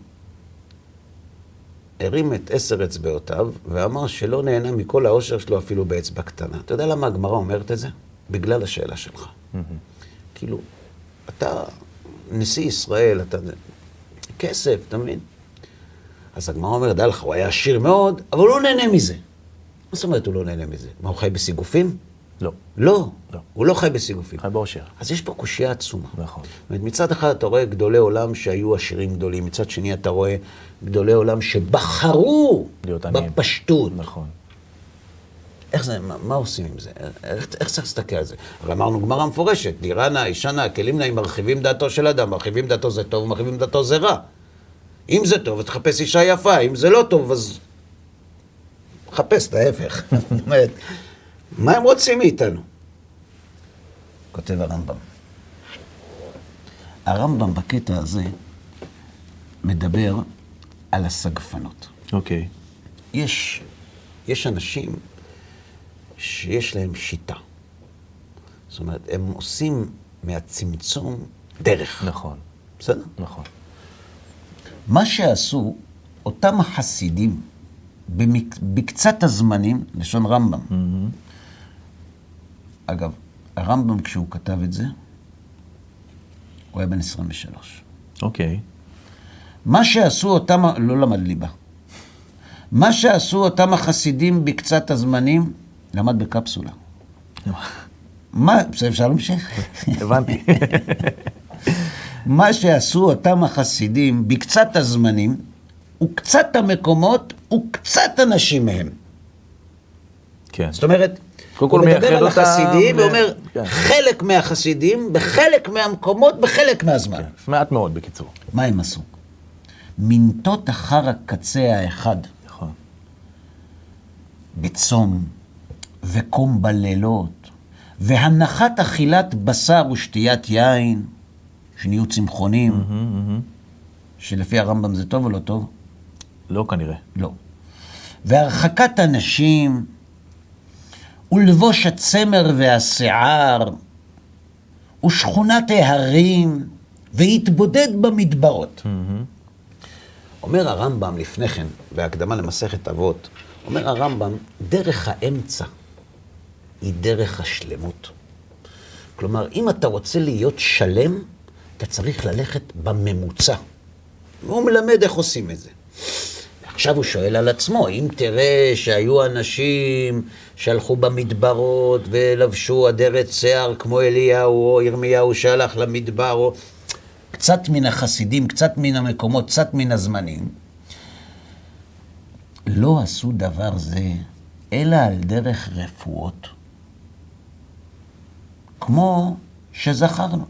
הרים את עשר אצבעותיו, ואמר שלא נהנה מכל העושר שלו אפילו באצבע קטנה. אתה יודע למה הגמרא אומרת את זה? בגלל השאלה שלך. Mm-hmm. כאילו, אתה נשיא ישראל, אתה כסף, אתה מבין? אז הגמרא אומר, דע לך, הוא היה עשיר מאוד, אבל הוא לא נהנה מזה. מה זאת אומרת הוא לא נהנה מזה? מה, הוא חי בסיגופים? לא. לא, לא. הוא לא חי בסיגופים. חי באושר. אז יש פה קושיה עצומה. נכון. מצד אחד אתה רואה גדולי עולם שהיו עשירים גדולים, מצד שני אתה רואה גדולי עולם שבחרו בפשטות. נכון. איך זה, מה, מה עושים עם זה? איך, איך צריך להסתכל על זה? הרי אמרנו גמרא מפורשת, דירה נאה, אישה נאה, כלים נאים, מרחיבים דעתו של אדם, מרחיבים דעתו זה טוב, מרחיבים דעתו זה רע. אם זה טוב, תחפש אישה יפה, אם זה לא טוב, אז חפש את ההפך. זאת אומרת, מה הם רוצים מאיתנו? כותב הרמב"ם. הרמב"ם בקטע הזה מדבר על הסגפנות. אוקיי. יש, יש אנשים שיש להם שיטה. זאת אומרת, הם עושים מהצמצום דרך. נכון. בסדר? נכון. מה שעשו אותם החסידים במק... בקצת הזמנים, לשון רמב"ם. Mm-hmm. אגב, הרמב"ם כשהוא כתב את זה, הוא היה בן עשרים ושלוש. אוקיי. מה שעשו אותם, לא למד ליבה. מה שעשו אותם החסידים בקצת הזמנים, למד בקפסולה. מה, בסדר, אפשר להמשיך? הבנתי. מה שעשו אותם החסידים בקצת הזמנים, וקצת המקומות, וקצת אנשים מהם. כן. זאת אומרת, הוא מדבר על החסידים, הוא אומר, חלק מהחסידים, בחלק מהמקומות, בחלק מהזמן. מעט מאוד, בקיצור. מה הם עשו? מנטות אחר הקצה האחד. נכון. בצום, וקום בלילות, והנחת אכילת בשר ושתיית יין, שנהיו צמחונים, שלפי הרמב"ם זה טוב או לא טוב? לא כנראה. לא. והרחקת אנשים, ולבוש הצמר והשיער, ושכונת ההרים, והתבודד במדברות. אומר הרמב"ם לפני כן, בהקדמה למסכת אבות, אומר הרמב"ם, דרך האמצע היא דרך השלמות. כלומר, אם אתה רוצה להיות שלם, אתה צריך ללכת בממוצע. והוא מלמד איך עושים את זה. עכשיו הוא שואל על עצמו, אם תראה שהיו אנשים שהלכו במדברות ולבשו אדרת שיער כמו אליהו או ירמיהו שהלך למדבר, או קצת מן החסידים, קצת מן המקומות, קצת מן הזמנים, לא עשו דבר זה, אלא על דרך רפואות, כמו שזכרנו.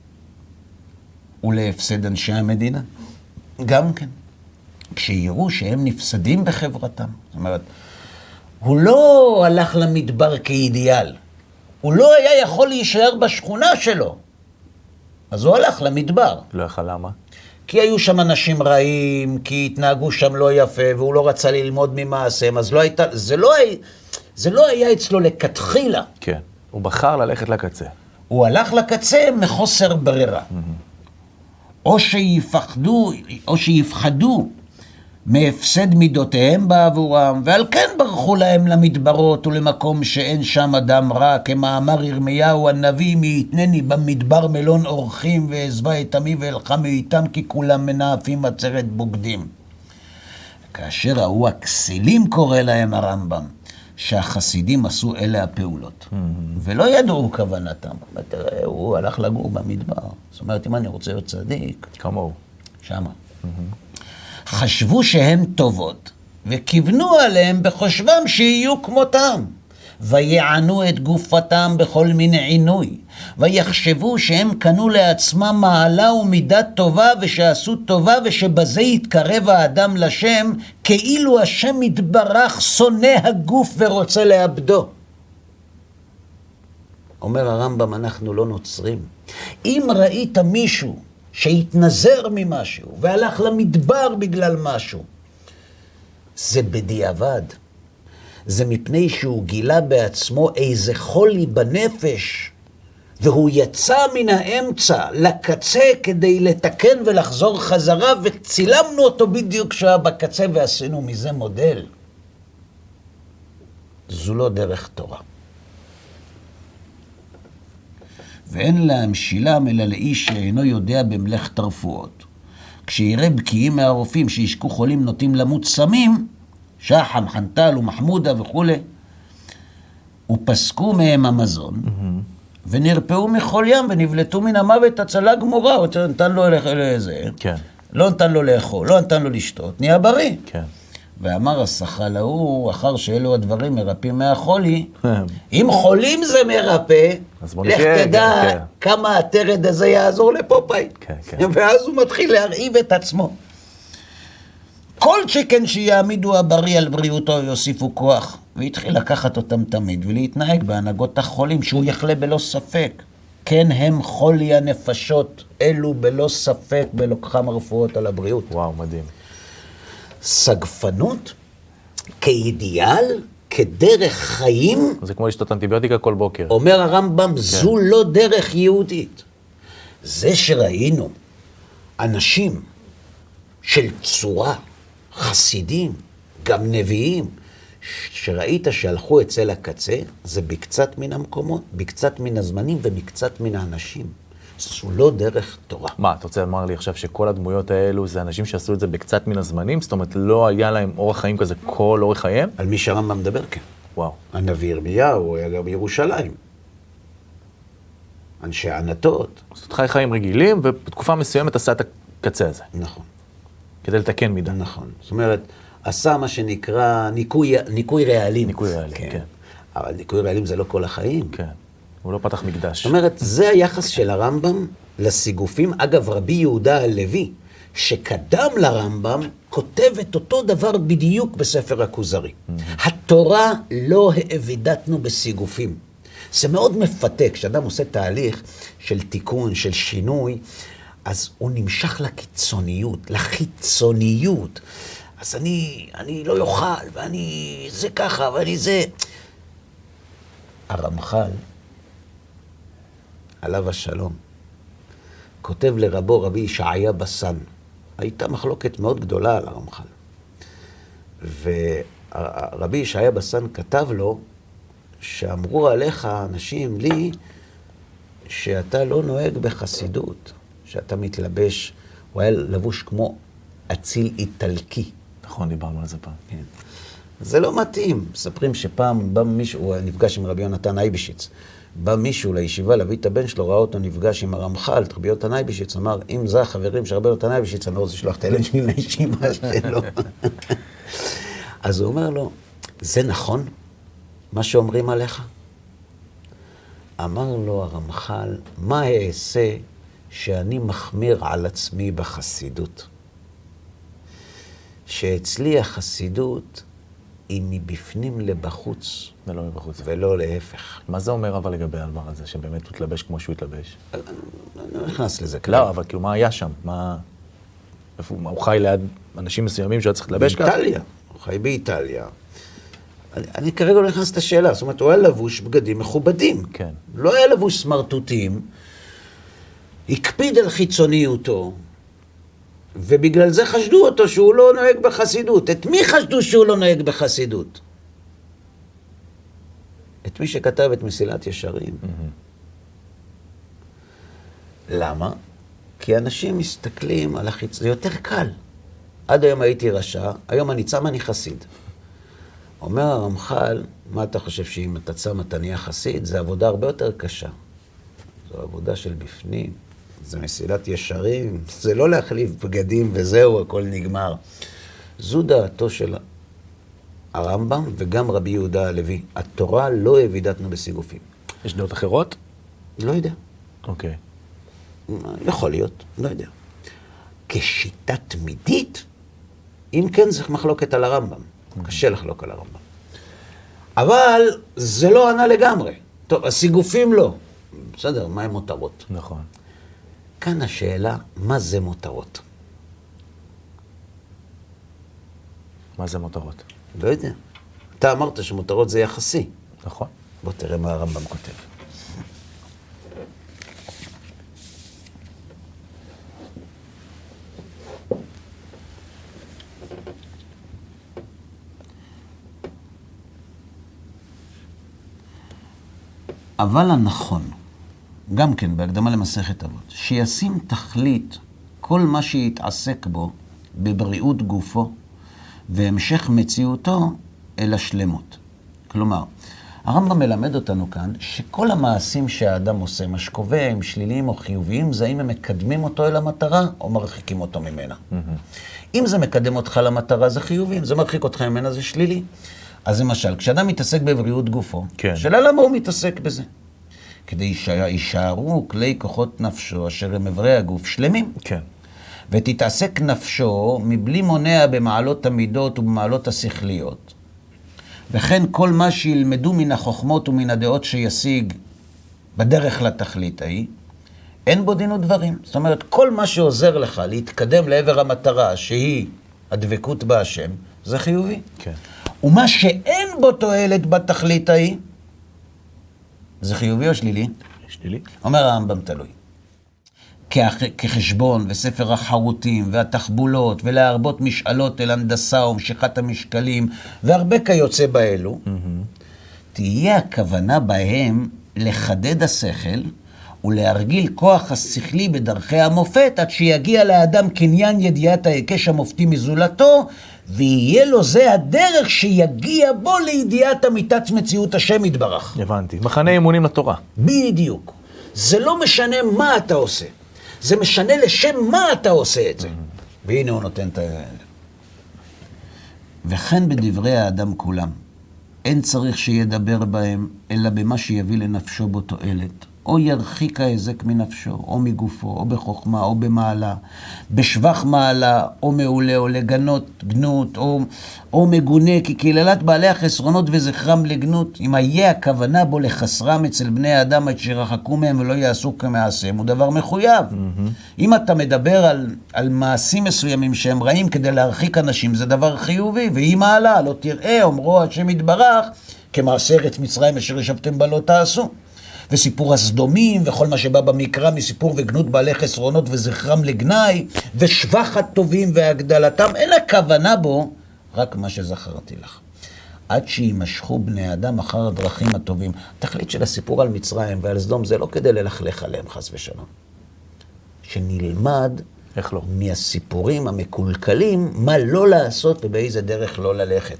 ולהפסד אנשי המדינה, גם כן. כשיראו שהם נפסדים בחברתם. זאת אומרת, הוא לא הלך למדבר כאידיאל. הוא לא היה יכול להישאר בשכונה שלו. אז הוא הלך למדבר. לא יכל למה? כי היו שם אנשים רעים, כי התנהגו שם לא יפה, והוא לא רצה ללמוד ממעשיהם, אז לא הייתה, זה לא, היה, זה לא היה אצלו לכתחילה. כן, הוא בחר ללכת לקצה. הוא הלך לקצה מחוסר ברירה. או שיפחדו, או שיפחדו מהפסד מידותיהם בעבורם, ועל כן ברחו להם למדברות ולמקום שאין שם אדם רע, כמאמר ירמיהו הנביא, מי יתנני במדבר מלון אורחים, ועזבה את עמי ואלכה מאיתם, כי כולם מנאפים עצרת בוגדים. כאשר ראו הכסילים, קורא להם הרמב"ם, שהחסידים עשו אלה הפעולות, ולא ידעו כוונתם. תראה, הוא הלך לגור במדבר. זאת אומרת, אם אני רוצה להיות צדיק, כמוהו. שמה. חשבו שהן טובות, וכיוונו עליהם בחושבם שיהיו כמותם, ויענו את גופתם בכל מיני עינוי, ויחשבו שהם קנו לעצמם מעלה ומידת טובה, ושעשו טובה, ושבזה יתקרב האדם לשם, כאילו השם יתברך שונא הגוף ורוצה לאבדו. אומר הרמב"ם, אנחנו לא נוצרים. אם ראית מישהו שהתנזר ממשהו והלך למדבר בגלל משהו, זה בדיעבד. זה מפני שהוא גילה בעצמו איזה חולי בנפש, והוא יצא מן האמצע לקצה כדי לתקן ולחזור חזרה, וצילמנו אותו בדיוק שהיה בקצה ועשינו מזה מודל. זו לא דרך תורה. ואין להמשילם אלא לאיש שאינו יודע במלאכת הרפואות. כשיראה בקיאים מהרופאים שישקו חולים נוטים למות סמים, שחם, חנטל ומחמודה וכו', ופסקו מהם המזון, ונרפאו מכל ים ונבלטו מן המוות הצלה גמורה, או נתן לו לזה, כן. לא נתן לו לאכול, לא נתן לו לשתות, נהיה בריא. כן. ואמר השכל ההוא, אחר שאלו הדברים מרפאים מהחולי, אם חולים זה מרפא, לך תדע כן. כמה הטרד הזה יעזור לפופאי. כן, כן. ואז הוא מתחיל להרעיב את עצמו. כל שכן שיעמידו הבריא על בריאותו יוסיפו כוח, והתחיל לקחת אותם תמיד ולהתנהג בהנהגות החולים, שהוא יחלה בלא ספק. כן הם חולי הנפשות, אלו בלא ספק בלוקחם הרפואות על הבריאות. וואו, מדהים. סגפנות כאידיאל, כדרך חיים, זה כמו לשתות אנטיביוטיקה כל בוקר. אומר הרמב"ם, כן. זו לא דרך יהודית. זה שראינו אנשים של צורה, חסידים, גם נביאים, שראית שהלכו אצל הקצה, זה בקצת מן המקומות, בקצת מן הזמנים ומקצת מן האנשים. זו לא דרך תורה. מה, אתה רוצה לומר לי עכשיו שכל הדמויות האלו זה אנשים שעשו את זה בקצת מן הזמנים? זאת אומרת, לא היה להם אורח חיים כזה כל אורח חייהם? על מי שהרמב"ם מדבר, כן. וואו. הנביא ירמיהו היה גר בירושלים. אנשי ענתות. זאת אומרת, חי חיים רגילים, ובתקופה מסוימת עשה את הקצה הזה. נכון. כדי לתקן מידה. נכון. זאת אומרת, עשה מה שנקרא ניקוי, ניקוי רעלים. ניקוי רעלים, כן. כן. אבל ניקוי רעלים זה לא כל החיים. כן. הוא לא פתח מקדש. זאת אומרת, זה היחס של הרמב"ם לסיגופים. אגב, רבי יהודה הלוי, שקדם לרמב"ם, כותב את אותו דבר בדיוק בספר הכוזרי. התורה לא העבידתנו בסיגופים. זה מאוד מפתה, כשאדם עושה תהליך של תיקון, של שינוי, אז הוא נמשך לקיצוניות, לחיצוניות. אז אני, אני לא יוכל, ואני זה ככה, ואני זה. הרמח"ל, עליו השלום, כותב לרבו רבי ישעיה בסן. הייתה מחלוקת מאוד גדולה על הרמח"ל. ורבי ישעיה בסן כתב לו, שאמרו עליך אנשים לי, שאתה לא נוהג בחסידות, שאתה מתלבש, הוא היה לבוש כמו אציל איטלקי. נכון, דיברנו על זה פעם. כן. זה לא מתאים. מספרים שפעם בא מישהו, הוא נפגש עם רבי יונתן אייבשיץ, בא מישהו לישיבה להביא את הבן שלו, ראה אותו נפגש עם הרמח"ל, רבי יונתן אייבשיץ, אמר, אם זה החברים של רבי יונתן אייבשיץ, אני לא רוצה לשלוח את הילד שלי לישיבה שלו. אז הוא אומר לו, זה נכון? מה שאומרים עליך? אמר לו הרמח"ל, מה אעשה שאני מחמיר על עצמי בחסידות? שאצלי החסידות היא מבפנים לבחוץ, ולא מבחוץ. ולא להפך. מה זה אומר אבל לגבי הדבר הזה, שבאמת הוא התלבש כמו שהוא התלבש? אני לא נכנס לזה. לא, אבל כאילו, מה היה שם? מה... איפה הוא חי ליד אנשים מסוימים שהיה צריך להתלבש ככה? באיטליה. הוא חי באיטליה. אני, אני כרגע לא נכנס את השאלה. זאת אומרת, הוא היה לבוש בגדים מכובדים. כן. לא היה לבוש סמרטוטים. הקפיד על חיצוניותו. ובגלל זה חשדו אותו שהוא לא נוהג בחסידות. את מי חשדו שהוא לא נוהג בחסידות? את מי שכתב את מסילת ישרים. Mm-hmm. למה? כי אנשים מסתכלים על החיצ... זה יותר קל. עד היום הייתי רשע, היום אני צם, אני חסיד. אומר הרמח"ל, מה אתה חושב שאם אתה צם אתה נהיה חסיד? זה עבודה הרבה יותר קשה. זו עבודה של בפנים. זה מסילת ישרים, זה לא להחליף בגדים וזהו, הכל נגמר. זו דעתו של הרמב"ם וגם רבי יהודה הלוי. התורה לא העבידתנו בסיגופים. יש דעות אחרות? לא יודע. אוקיי. יכול להיות, לא יודע. כשיטה תמידית, אם כן זה מחלוקת על הרמב"ם. קשה לחלוק על הרמב"ם. אבל זה לא ענה לגמרי. טוב, הסיגופים לא. בסדר, מה הם מותרות? נכון. כאן השאלה, מה זה מותרות? מה זה מותרות? לא יודע. אתה אמרת שמותרות זה יחסי. נכון. בוא תראה מה הרמב"ם כותב. אבל הנכון, גם כן בהקדמה למסכת אבות, שישים תכלית כל מה שיתעסק בו בבריאות גופו והמשך מציאותו אל השלמות. כלומר, הרמב"ם מלמד אותנו כאן שכל המעשים שהאדם עושה, מה שקובע הם שליליים או חיוביים, זה אם הם מקדמים אותו אל המטרה או מרחיקים אותו ממנה. Mm-hmm. אם זה מקדם אותך למטרה זה חיובי, אם זה מרחיק אותך ממנה זה שלילי. אז למשל, כשאדם מתעסק בבריאות גופו, כן. שאלה למה הוא מתעסק בזה? כדי שישארו כלי כוחות נפשו אשר הם אברי הגוף שלמים. כן. ותתעסק נפשו מבלי מונע במעלות המידות ובמעלות השכליות. וכן כל מה שילמדו מן החוכמות ומן הדעות שישיג בדרך לתכלית ההיא, אין בו דין ודברים. זאת אומרת, כל מה שעוזר לך להתקדם לעבר המטרה שהיא הדבקות בהשם, זה חיובי. כן. ומה שאין בו תועלת בתכלית ההיא, זה חיובי או שלילי? שלילי. אומר הרמב"ם תלוי. כחשבון וספר החרוטים והתחבולות ולהרבות משאלות אל הנדסה ומשיכת המשקלים והרבה כיוצא באלו, mm-hmm. תהיה הכוונה בהם לחדד השכל ולהרגיל כוח השכלי בדרכי המופת עד שיגיע לאדם קניין ידיעת ההיקש המופתי מזולתו, ויהיה לו זה הדרך שיגיע בו לידיעת אמיתת מציאות השם יתברך. הבנתי. מחנה אימונים לתורה. בדיוק. זה לא משנה מה אתה עושה. זה משנה לשם מה אתה עושה את זה. Mm-hmm. והנה הוא נותן את ה... וכן בדברי האדם כולם. אין צריך שידבר בהם, אלא במה שיביא לנפשו בו תועלת. או ירחיק ההזק מנפשו, או מגופו, או בחוכמה, או במעלה, בשבח מעלה, או מעולה, או לגנות גנות, או, או מגונה, כי קללת בעלי החסרונות וזכרם לגנות, אם היה הכוונה בו לחסרם אצל בני האדם עד שרחקו מהם ולא יעשו כמעשיהם, הוא דבר מחויב. Mm-hmm. אם אתה מדבר על, על מעשים מסוימים שהם רעים כדי להרחיק אנשים, זה דבר חיובי, והיא מעלה, לא תראה, אומרו השם יתברך, כמעשה ארץ מצרים אשר ישבתם בה לא תעשו. וסיפור הסדומים וכל מה שבא במקרא מסיפור וגנות בעלי חסרונות וזכרם לגנאי ושבח הטובים והגדלתם, אין הכוונה בו רק מה שזכרתי לך. עד שימשכו בני אדם אחר הדרכים הטובים. התכלית של הסיפור על מצרים ועל סדום זה לא כדי ללכלך עליהם חס ושלום. שנלמד איך לא? מהסיפורים המקולקלים מה לא לעשות ובאיזה דרך לא ללכת.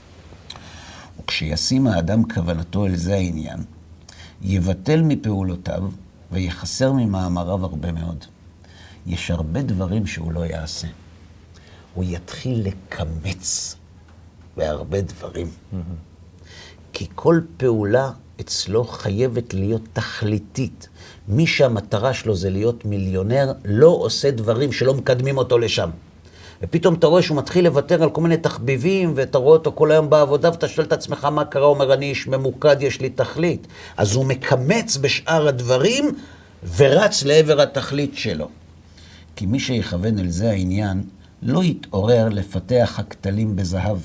וכשישים האדם כוונתו אל זה העניין, יבטל מפעולותיו ויחסר ממאמריו הרבה מאוד. יש הרבה דברים שהוא לא יעשה. הוא יתחיל לקמץ בהרבה דברים. Mm-hmm. כי כל פעולה אצלו חייבת להיות תכליתית. מי שהמטרה שלו זה להיות מיליונר, לא עושה דברים שלא מקדמים אותו לשם. ופתאום אתה רואה שהוא מתחיל לוותר על כל מיני תחביבים, ואתה רואה אותו כל היום בעבודה, ואתה שואל את עצמך מה קרה, הוא אומר, אני איש ממוקד, יש לי תכלית. אז הוא מקמץ בשאר הדברים, ורץ לעבר התכלית שלו. כי מי שיכוון אל זה העניין, לא יתעורר לפתח הכתלים בזהב,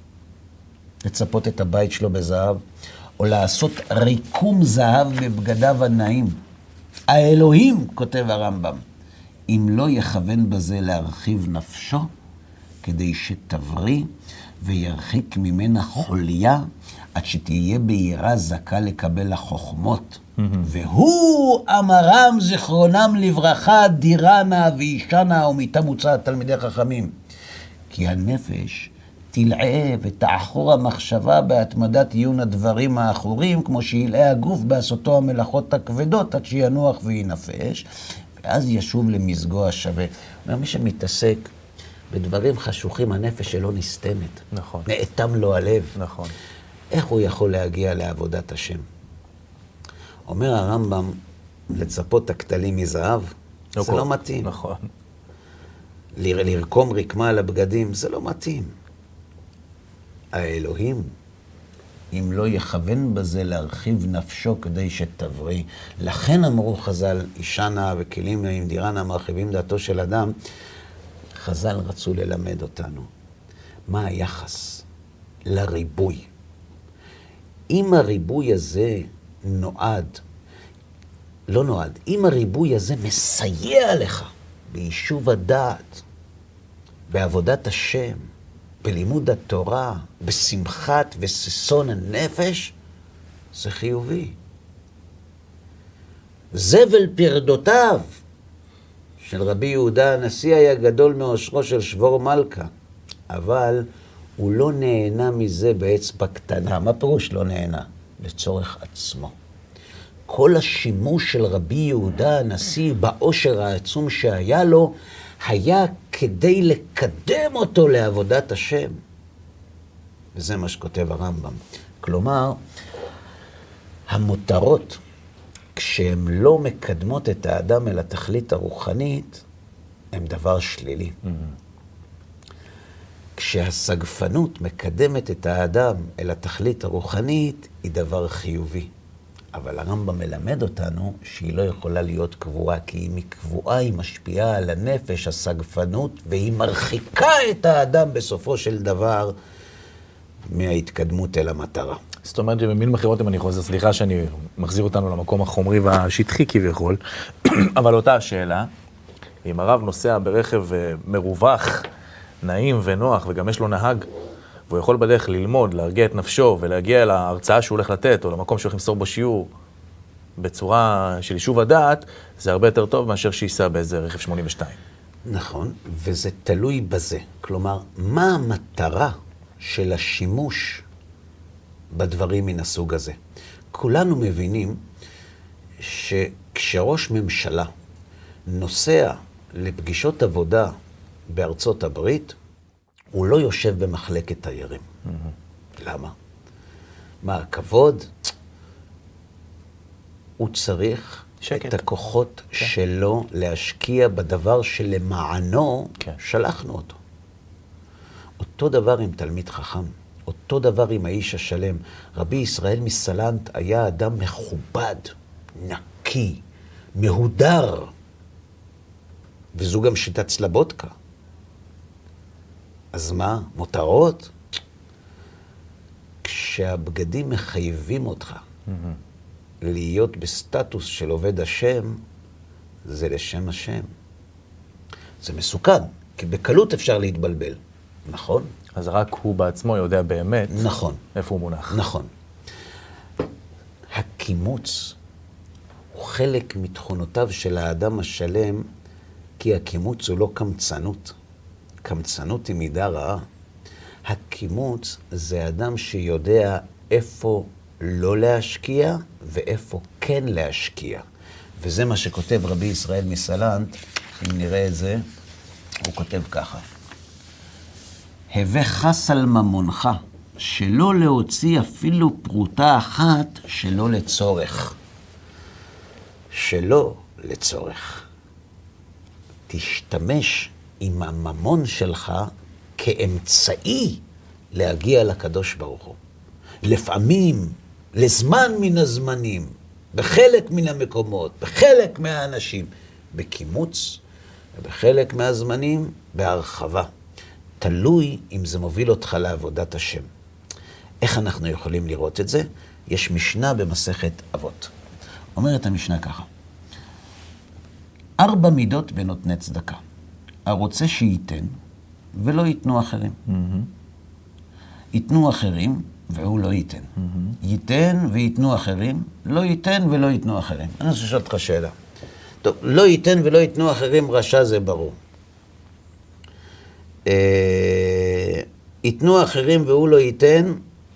לצפות את הבית שלו בזהב, או לעשות ריקום זהב בבגדיו הנעים. האלוהים, כותב הרמב"ם, אם לא יכוון בזה להרחיב נפשו, כדי שתבריא וירחיק ממנה חוליה, עד שתהיה בהירה זכה לקבל החוכמות. Mm-hmm. והוא אמרם זיכרונם לברכה, דירנה וישנה ומיתה מוצאת תלמידי חכמים. כי הנפש תלעה ותאחור המחשבה בהתמדת עיון הדברים האחורים, כמו שילאה הגוף בעשותו המלאכות הכבדות, עד שינוח וינפש, ואז ישוב למזגו השווה. אומר, מי שמתעסק בדברים חשוכים, הנפש שלו נסתמת. נכון. נאטם לו הלב. נכון. איך הוא יכול להגיע לעבודת השם? אומר הרמב"ם, לצפות הכתלים מזהב, לא זה כל... לא מתאים. נכון. ל... לרקום רקמה על הבגדים, זה לא מתאים. האלוהים, אם לא יכוון בזה להרחיב נפשו כדי שתבריא. לכן אמרו חז"ל, אישנה וכלים עם דירנה מרחיבים דעתו של אדם. חז"ל רצו ללמד אותנו מה היחס לריבוי. אם הריבוי הזה נועד, לא נועד, אם הריבוי הזה מסייע לך ביישוב הדעת, בעבודת השם, בלימוד התורה, בשמחת וששון הנפש, זה חיובי. זבל פרדותיו, של רבי יהודה הנשיא היה גדול מאושרו של שבור מלכה, אבל הוא לא נהנה מזה באצבע קטנה. מה פירוש לא נהנה? לצורך עצמו. כל השימוש של רבי יהודה הנשיא באושר העצום שהיה לו, היה כדי לקדם אותו לעבודת השם. וזה מה שכותב הרמב"ם. כלומר, המותרות, כשהן לא מקדמות את האדם אל התכלית הרוחנית, הן דבר שלילי. Mm-hmm. כשהסגפנות מקדמת את האדם אל התכלית הרוחנית, היא דבר חיובי. אבל הרמב"ם מלמד אותנו שהיא לא יכולה להיות קבועה, כי אם היא קבועה, היא משפיעה על הנפש, הסגפנות, והיא מרחיקה את האדם בסופו של דבר מההתקדמות אל המטרה. זאת אומרת שבמילים אחרות, אם אני חוזר, סליחה שאני מחזיר אותנו למקום החומרי והשטחי כביכול, אבל אותה השאלה, אם הרב נוסע ברכב מרווח, נעים ונוח, וגם יש לו נהג, והוא יכול בדרך ללמוד, להרגיע את נפשו, ולהגיע להרצאה שהוא הולך לתת, או למקום שהוא הולך למסור בשיעור, בצורה של יישוב הדעת, זה הרבה יותר טוב מאשר שייסע באיזה רכב שמונים ושתיים. נכון, וזה תלוי בזה. כלומר, מה המטרה של השימוש בדברים מן הסוג הזה? כולנו מבינים שכשראש ממשלה נוסע לפגישות עבודה בארצות הברית, הוא לא יושב במחלקת תיירים. Mm-hmm. למה? מה, הכבוד? הוא צריך שקט. את הכוחות okay. שלו להשקיע בדבר שלמענו okay. שלחנו אותו. אותו דבר עם תלמיד חכם, אותו דבר עם האיש השלם. רבי ישראל מסלנט היה אדם מכובד, נקי, מהודר, וזו גם שיטת סלבודקה. אז מה? מותרות? כשהבגדים מחייבים אותך mm-hmm. להיות בסטטוס של עובד השם, זה לשם השם. זה מסוכן, כי בקלות אפשר להתבלבל. נכון? אז רק הוא בעצמו יודע באמת נכון. איפה הוא מונח. נכון. הקימוץ הוא חלק מתכונותיו של האדם השלם, כי הקימוץ הוא לא קמצנות. קמצנות היא מידה רעה. הקימוץ זה אדם שיודע איפה לא להשקיע ואיפה כן להשקיע. וזה מה שכותב רבי ישראל מסלנט, אם נראה את זה, הוא כותב ככה. הווה חס על ממונך, שלא להוציא אפילו פרוטה אחת שלא לצורך. שלא לצורך. תשתמש עם הממון שלך כאמצעי להגיע לקדוש ברוך הוא. לפעמים, לזמן מן הזמנים, בחלק מן המקומות, בחלק מהאנשים, בקימוץ, ובחלק מהזמנים, בהרחבה. תלוי אם זה מוביל אותך לעבודת השם. איך אנחנו יכולים לראות את זה? יש משנה במסכת אבות. אומרת המשנה ככה. ארבע מידות בנותני צדקה. הרוצה שייתן ולא ייתנו אחרים. Mm-hmm. ייתנו אחרים והוא לא ייתן. Mm-hmm. ייתן וייתנו אחרים, לא ייתן ולא ייתנו אחרים. אני רוצה לשאול אותך שאלה. טוב, לא ייתן ולא ייתנו אחרים, רשע זה ברור. אה, ייתנו אחרים והוא לא ייתן,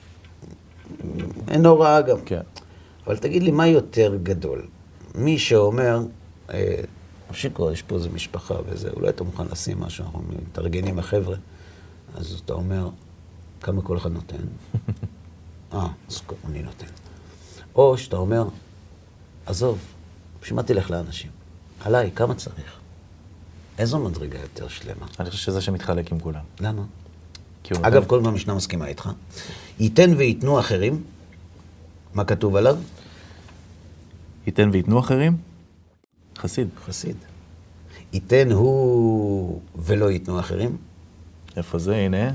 אין הוראה גם. כן. אבל תגיד לי, מה יותר גדול? מי שאומר, אה, שיקו, יש פה איזו משפחה וזה, אולי אתה מוכן לשים משהו, אנחנו מתארגנים החבר'ה, אז אתה אומר, כמה כל אחד נותן? אה, אז אני נותן. או שאתה אומר, עזוב, בשביל מה תלך לאנשים? עליי, כמה צריך? איזו מדרגה יותר שלמה? אני חושב שזה שמתחלק עם כולם. למה? אגב, כל מה משנה מסכימה איתך. ייתן וייתנו אחרים, מה כתוב עליו? ייתן וייתנו אחרים? חסיד. חסיד. ייתן הוא ולא ייתנו אחרים? איפה זה? הנה.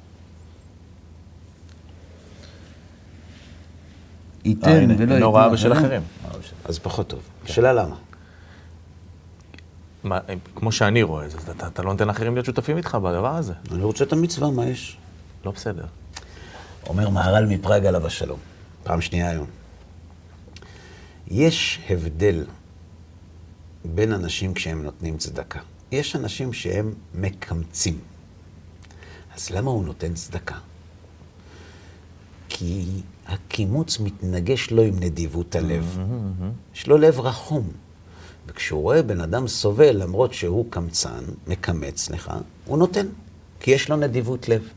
ייתן ולא ייתנו אחרים. הוראה בשל אחרים. אז פחות טוב. שאלה למה? מה, כמו שאני רואה את זה, אתה, אתה לא נותן אחרים להיות שותפים איתך בדבר הזה. אני רוצה את המצווה, מה יש? לא בסדר. אומר מהר"ל מפראג עליו השלום, פעם שנייה היום. יש הבדל בין אנשים כשהם נותנים צדקה. יש אנשים שהם מקמצים. אז למה הוא נותן צדקה? כי הקימוץ מתנגש לו עם נדיבות הלב. יש לו לב רחום. וכשהוא רואה בן אדם סובל, למרות שהוא קמצן, מקמץ, סליחה, הוא נותן, כי יש לו נדיבות לב.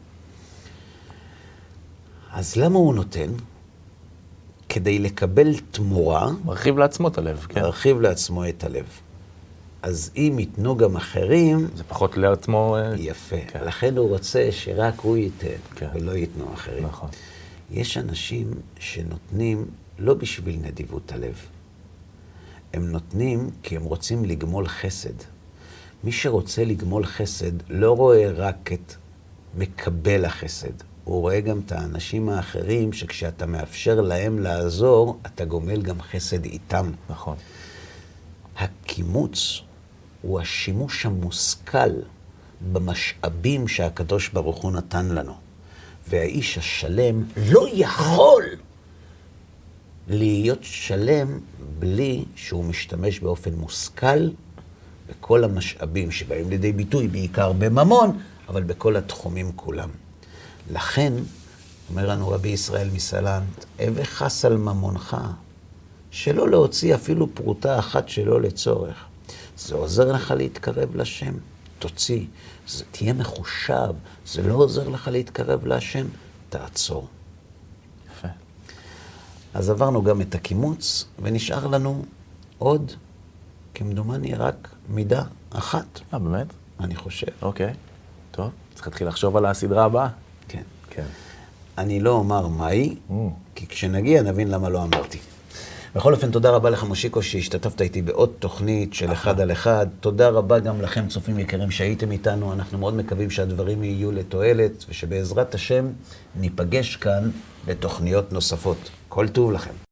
אז למה הוא נותן? כדי לקבל תמורה, מרחיב לעצמו את הלב, כן. מרחיב לעצמו את הלב. אז אם ייתנו גם אחרים, זה פחות לעצמו... יפה. כן. לכן הוא רוצה שרק הוא ייתן, כן. ולא ייתנו אחרים. נכון. יש אנשים שנותנים לא בשביל נדיבות הלב. הם נותנים כי הם רוצים לגמול חסד. מי שרוצה לגמול חסד לא רואה רק את מקבל החסד. הוא רואה גם את האנשים האחרים שכשאתה מאפשר להם לעזור, אתה גומל גם חסד איתם. נכון. הקימוץ הוא השימוש המושכל במשאבים שהקדוש ברוך הוא נתן לנו. והאיש השלם לא יכול להיות שלם בלי שהוא משתמש באופן מושכל בכל המשאבים שבאים לידי ביטוי, בעיקר בממון, אבל בכל התחומים כולם. לכן, אומר לנו רבי ישראל מסלנט, הווה חס על ממונך, שלא להוציא אפילו פרוטה אחת שלא לצורך. זה עוזר לך להתקרב לשם, תוציא. זה תהיה מחושב, זה לא עוזר לך להתקרב לשם, תעצור. יפה. אז עברנו גם את הקימוץ, ונשאר לנו עוד, כמדומני, רק מידה אחת. אה, באמת? אני חושב. אוקיי. טוב, צריך להתחיל לחשוב על הסדרה הבאה. כן. כן. אני לא אומר מהי, Mm. כי כשנגיע נבין למה לא אמרתי. בכל אופן, תודה רבה לך, מושיקו, שהשתתפת איתי בעוד תוכנית של אחד על אחד. תודה רבה גם לכם, צופים יקרים, שהייתם איתנו. אנחנו מאוד מקווים שהדברים יהיו לתועלת, ושבעזרת השם ניפגש כאן בתוכניות נוספות. כל טוב לכם.